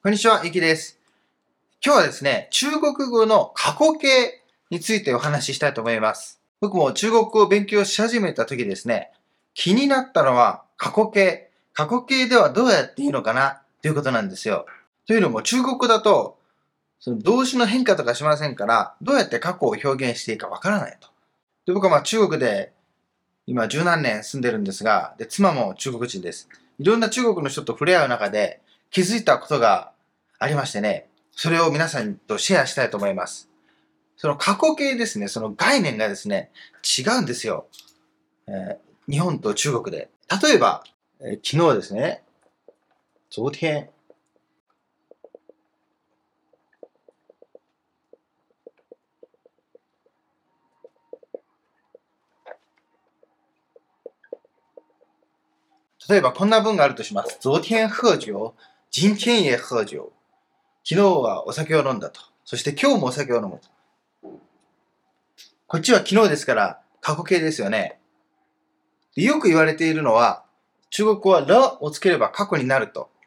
こんにちは、ゆきです。今日はですね、中国語の過去形についてお話ししたいと思います。僕も中国語を勉強し始めた時ですね、気になったのは過去形。過去形ではどうやって言うのかなということなんですよ。というのも中国語だと、その動詞の変化とかしませんから、どうやって過去を表現していいかわからないと。で、僕は中国で今十何年住んでるんですが、で、妻も中国人です。いろんな中国の人と触れ合う中で気づいたことがありましてね、それを皆さんとシェアしたいと思います。その過去形ですね、その概念がですね、違うんですよ。日本と中国で。例えば、昨日ですね、昨天。例えばこんな文があるとします。昨天喝酒、今天也喝酒。昨日はお酒を飲んだと。そして今日もお酒を飲むと。こっちは昨日ですから過去形ですよね。よく言われているのは、中国語はらをつければ過去になると。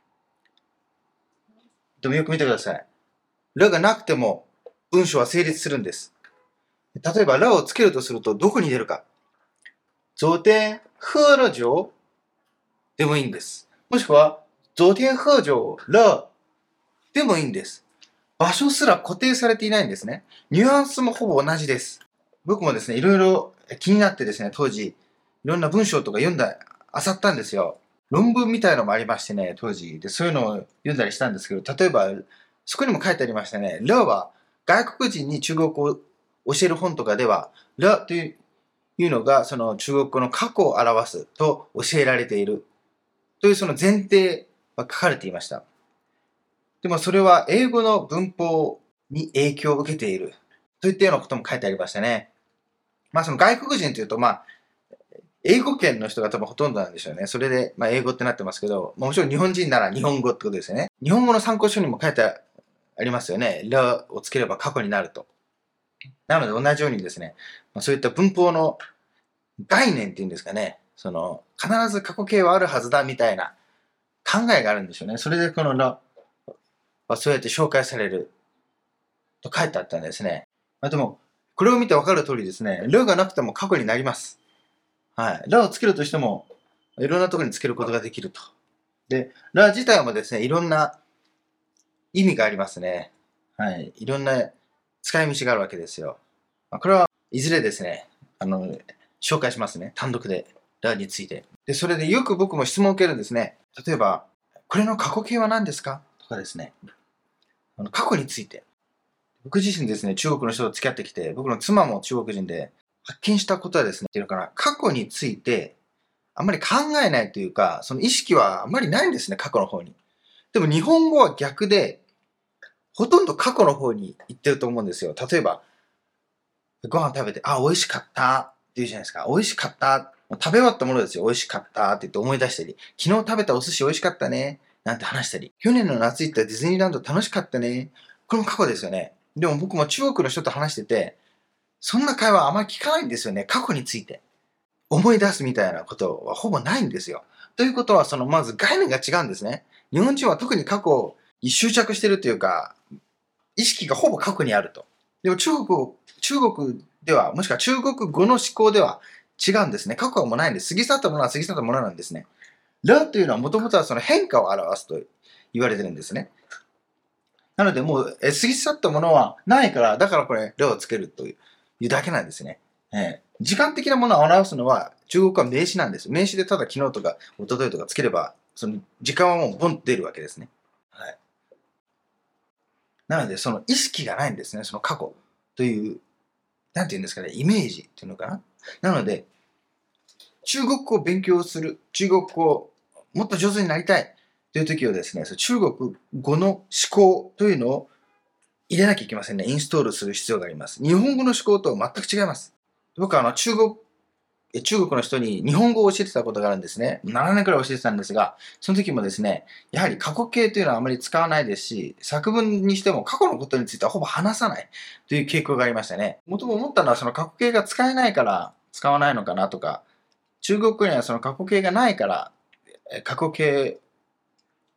でもよく見てください。らがなくても文章は成立するんです。例えばらをつけるとするとどこに出るか。昨天喝了酒でもいいんです。もしくは昨天喝酒了でもいいんです。場所すら固定されていないんですね。ニュアンスもほぼ同じです。僕もですね、いろいろ気になってですね、当時、いろんな文章とか漁ったんですよ。論文みたいのもありましてね、当時。で、そういうのを読んだりしたんですけど、例えば、そこにも書いてありましたね。らは、外国人に中国語を教える本とかでは、らというのが、その中国語の過去を表すと教えられている。というその前提が書かれていました。でもそれは英語の文法に影響を受けている。といったようなことも書いてありましたね。その外国人というと、英語圏の人が多分ほとんどなんでしょうね。それで、英語ってなってますけど、もちろん日本人なら日本語ってことですよね。日本語の参考書にも書いてありますよね。らをつければ過去になると。なので同じようにですね、そういった文法の概念っていうんですかね、その、必ず過去形はあるはずだみたいな考えがあるんでしょうね。それでこのらはそうやって紹介されると書いてあったんですね。でも、これを見てわかる通りですね、らがなくても過去になります。はい。らをつけるとしても、いろんなところにつけることができると。で、ら自体もですね、いろんな意味がありますね。はい。いろんな使い道があるわけですよ。これはいずれですね、紹介しますね。単独で。らについて。で、それでよく僕も質問を受けるんですね。例えば、これの過去形は何ですかとかですね。過去について。僕自身ですね、中国の人と付き合ってきて、僕の妻も中国人で発見したことはですね、っていうのかな、過去についてあんまり考えないというか、その意識はあんまりないんですね、過去の方に。でも日本語は逆で、ほとんど過去の方に行ってると思うんですよ。例えば、ご飯食べて、美味しかったって言うじゃないですか。美味しかった。食べ終わったものですよ。美味しかったって言って思い出したり、昨日食べたお寿司美味しかったね。なんて話したり、去年の夏行ったディズニーランド楽しかったね。これも過去ですよね。でも僕も中国の人と話してて、そんな会話あまり聞かないんですよね。過去について。思い出すみたいなことはほぼないんですよ。ということは、まず概念が違うんですね。日本人は特に過去に執着してるというか、意識がほぼ過去にあると。でも中国では、もしくは中国語の思考では違うんですね。過去はもうないんです。過ぎ去ったものは過ぎ去ったものなんですね。らというのはもともとはその変化を表すと言われてるんですね。なのでもう、過ぎ去ったものはないから、だからこれ、らをつけるというだけなんですね。時間的なものを表すのは、中国は名詞なんです。名詞でただ昨日とか一昨日とかつければ、その時間はもうボンと出るわけですね。はい。なので、その意識がないんですね。その過去という、なんていうんですかね、イメージっていうのかな。なので、中国語を勉強する、中国語をもっと上手になりたいという時はですね、中国語の思考というのを入れなきゃいけませんね。インストールする必要があります。日本語の思考と全く違います。僕は中国の人に日本語を教えてたことがあるんですね。7年くらい教えてたんですが、その時もですね、やはり過去形というのはあまり使わないですし、作文にしても過去のことについてはほぼ話さないという傾向がありましたね。もともと思ったのはその過去形が使えないから使わないのかなとか、中国語にはその過去形がないから、過去形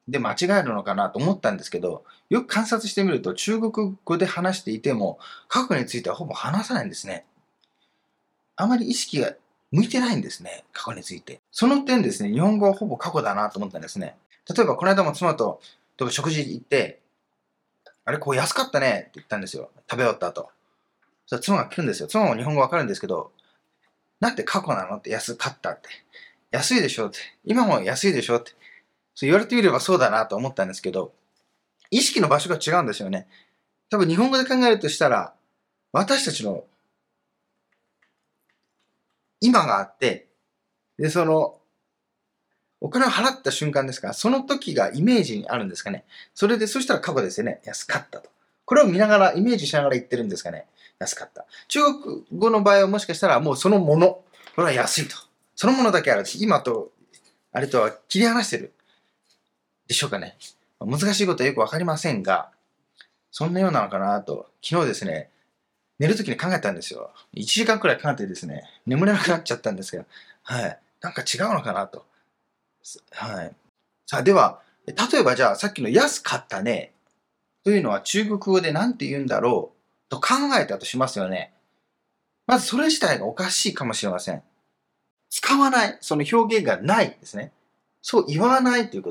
で間違えるのかなと思ったんですけど、よく観察してみると中国語で話していても、過去についてはほぼ話さないんですね。あまり意識が向いてないんですね、過去について。その点ですね、日本語はほぼ過去だなと思ったんですね。例えば、この間も妻と食事行って、あれ、こう安かったねって言ったんですよ。食べ終わった後。そしたら妻が聞くんですよ。妻も日本語わかるんですけど、なんで過去なのって安かったって。安いでしょって。今も安いでしょって。そう言われてみればそうだなと思ったんですけど、意識の場所が違うんですよね。多分日本語で考えるとしたら、私たちの今があって、で、お金を払った瞬間ですから、その時がイメージにあるんですかね。そしたら過去ですよね。安かったと。これを見ながら、イメージしながら言ってるんですかね。安かった。中国語の場合はもしかしたらもうそのもの。これは安いと。そのものだけある。今と、あれとは切り離してる。でしょうかね。難しいことはよくわかりませんが、そんなようなのかなと、昨日ですね、寝るときに考えたんですよ。1時間くらいかかってですね、眠れなくなっちゃったんですけど、はい。なんか違うのかなと。はい。さあ、では、例えばじゃあさっきの安かったねというのは中国語で何て言うんだろうと考えたとしますよね。まずそれ自体がおかしいかもしれません。使わない、その表現がないですね。そう言わないということ。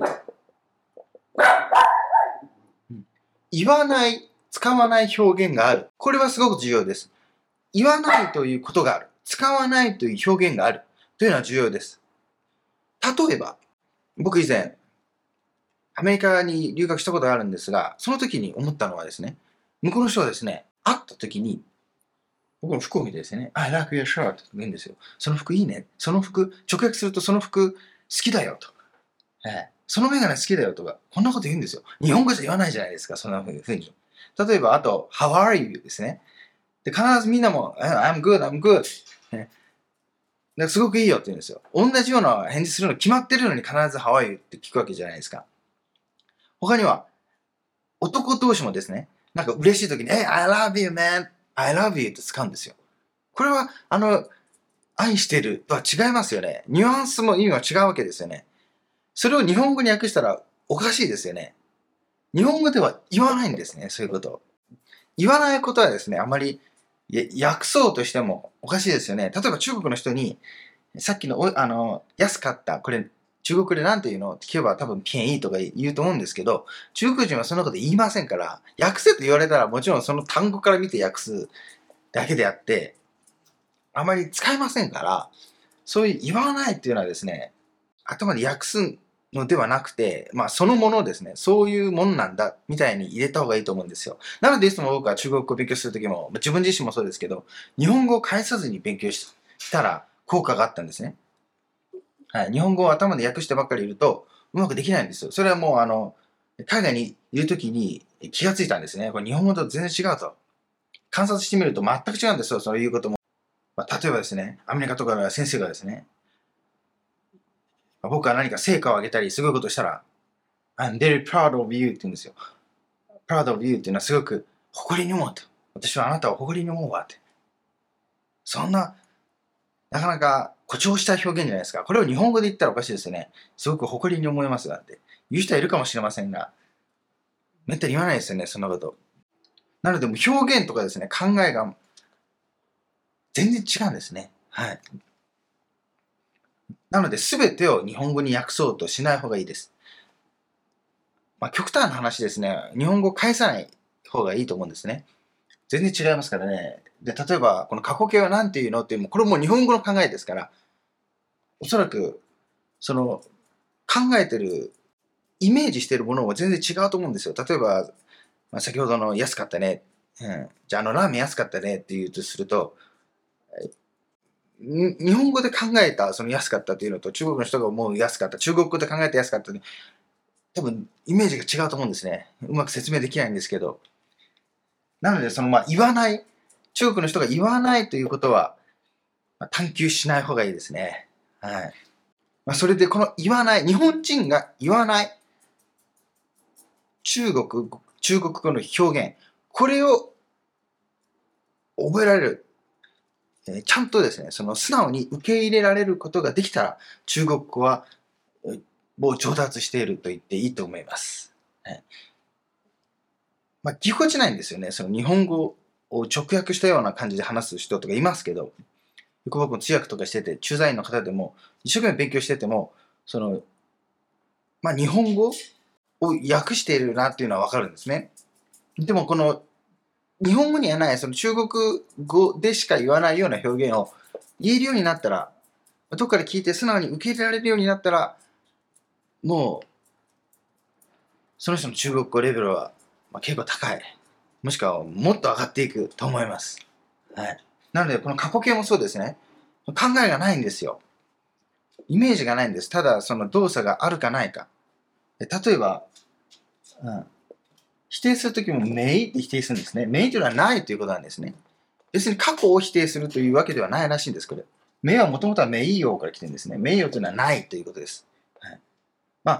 言わない、使わない表現がある。これはすごく重要です。言わないということがある。使わないという表現がある。というのは重要です。例えば、僕以前、アメリカに留学したことがあるんですが、その時に思ったのはですね、向こうの人はですね、会った時に、僕の服を見てですね、I like your shirt と言うんですよ。その服いいね。その服、直訳するとその服好きだよと。そのメガネ好きだよとか、こんなこと言うんですよ。日本語じゃ言わないじゃないですか、そんなふうに。例えば、あと、How are you ですね。で、必ずみんなも、I'm good, I'm good。すごくいいよって言うんですよ。同じような返事するの決まってるのに必ず How are you って聞くわけじゃないですか。他には、男同士もですね、なんか嬉しい時に、I love you, man. I love you って使うんですよ。これは、愛してるとは違いますよね。ニュアンスも意味は違うわけですよね。それを日本語に訳したらおかしいですよね。日本語では言わないんですね、そういうことを。言わないことはですね、あまり訳そうとしてもおかしいですよね。例えば中国の人に、さっきの安かった、これ中国で何て言うのって聞けば多分便宜とか言うと思うんですけど、中国人はそんなこと言いませんから、訳せと言われたらもちろんその単語から見て訳すだけであって、あまり使いませんから、そういう言わないっていうのはですね、頭で訳すのではなくて、まあそのものですね、そういうものなんだ、みたいに入れた方がいいと思うんですよ。なのでいつも僕は中国語を勉強するときも、自分自身もそうですけど、日本語を返さずに勉強したら効果があったんですね。はい。日本語を頭で訳してばっかりいると、うまくできないんですよ。それはもう海外にいるときに気がついたんですね。これ日本語と全然違うと。観察してみると全く違うんですよ、そういうことも。例えばですね、アメリカとかの先生がですね、僕が何か成果を上げたり、すごいことをしたら、I'm very proud of you って言うんですよ。proud of you っていうのはすごく誇りに思うと。私はあなたを誇りに思うわって。そんな、なかなか誇張した表現じゃないですか。これを日本語で言ったらおかしいですよね。すごく誇りに思いますなんて。言う人はいるかもしれませんが、めったに言わないですよね、そんなこと。なので、もう表現とかですね、考えが全然違うんですね。はい。なので、すべてを日本語に訳そうとしない方がいいです。まあ、極端な話ですね、日本語を返さない方がいいと思うんですね。全然違いますからね。で、例えば、この過去形は何て言うのっていうのも、これも日本語の考えですから、おそらく、考えてる、イメージしてるものも全然違うと思うんですよ。例えば、先ほどの安かったね。じゃあ、ラーメン安かったねって言うとすると、日本語で考えたその安かったっていうのと中国の人が思う安かった、中国語で考えた安かったね、多分イメージが違うと思うんですね。うまく説明できないんですけど。なので、言わない、中国の人が言わないということは、探求しない方がいいですね。はい。それで、この言わない、日本人が言わない中国語の表現、これを覚えられる。ちゃんとですね、素直に受け入れられることができたら、中国語はもう上達していると言っていいと思います。ぎこちないんですよね。その日本語を直訳したような感じで話す人とかいますけど、よく僕も通訳とかしてて、駐在員の方でも、一生懸命勉強してても、日本語を訳しているなっていうのはわかるんですね。でもこの日本語にはない、その中国語でしか言わないような表現を言えるようになったら、どっかで聞いて素直に受け入れられるようになったら、もう、その人の中国語レベルは結構高い。もしくはもっと上がっていくと思います。はい。なので、この過去形もそうですね。考えがないんですよ。イメージがないんです。ただ、その動作があるかないか。例えば、否定するときもメイって否定するんですね。メイというのはないということなんですね。別に過去を否定するというわけではないらしいんです、これ。メイはもともとはメイヨーから来てるんですね。メイヨーというのはないということです。はい、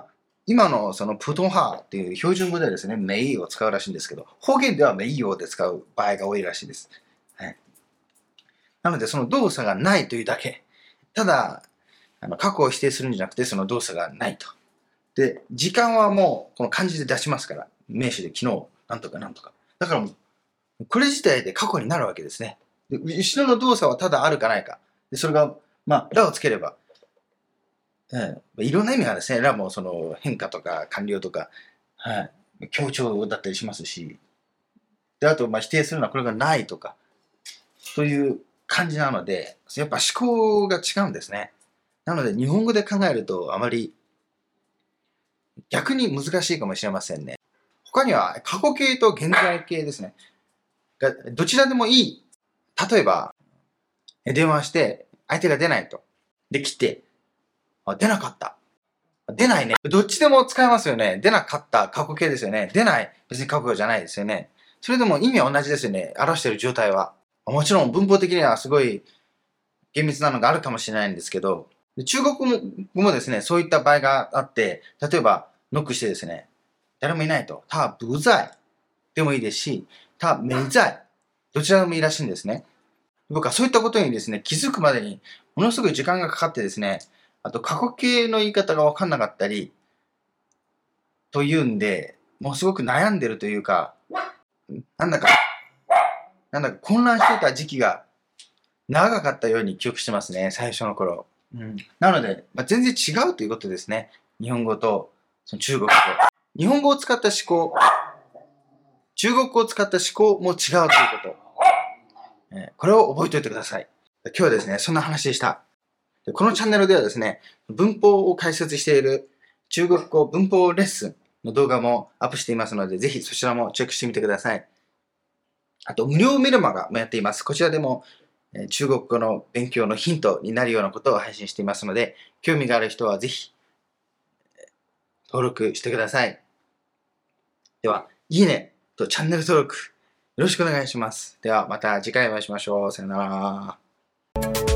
今のそのプトンハーっていう標準語ではですね、メイを使うらしいんですけど、方言ではメイヨーで使う場合が多いらしいです。はい、なので、その動作がないというだけ。ただ、過去を否定するんじゃなくて、その動作がないと。で、時間はもうこの漢字で出しますから、名詞で昨日、なんとかなんとか。だからもう、これ自体で過去になるわけですね。で後ろの動作はただあるかないか。でそれが、らをつければ、いろんな意味があるんですね。らもその変化とか完了とか、強調だったりしますし。で、あと、否定するのはこれがないとか、という感じなので、やっぱ思考が違うんですね。なので、日本語で考えるとあまり逆に難しいかもしれませんね。他には過去形と現在形ですね。どちらでもいい。例えば、電話して相手が出ないと。で、来て、出なかった。出ないね。どっちでも使えますよね。出なかった過去形ですよね。出ない。別に過去じゃないですよね。それでも意味は同じですよね。表している状態は。もちろん文法的にはすごい厳密なのがあるかもしれないんですけど、中国語もですね、そういった場合があって、例えば、ノックしてですね、誰もいないと。他不在でもいいですし、他没在。どちらでもいいらしいんですね。僕はそういったことにですね、気づくまでにものすごい時間がかかってですね、あと過去形の言い方がわかんなかったり、というんで、もうすごく悩んでるというか、なんだか混乱していた時期が長かったように記憶してますね、最初の頃。なので、全然違うということですね。日本語とその中国語。日本語を使った思考、中国語を使った思考も違うということ。これを覚えておいてください。今日はですね、そんな話でした。このチャンネルではですね、文法を解説している中国語文法レッスンの動画もアップしていますので、ぜひそちらもチェックしてみてください。あと、無料メルマガもやっています。こちらでも中国語の勉強のヒントになるようなことを配信していますので、興味がある人はぜひ登録してください。では、いいねとチャンネル登録よろしくお願いします。ではまた次回お会いしましょう。さよなら。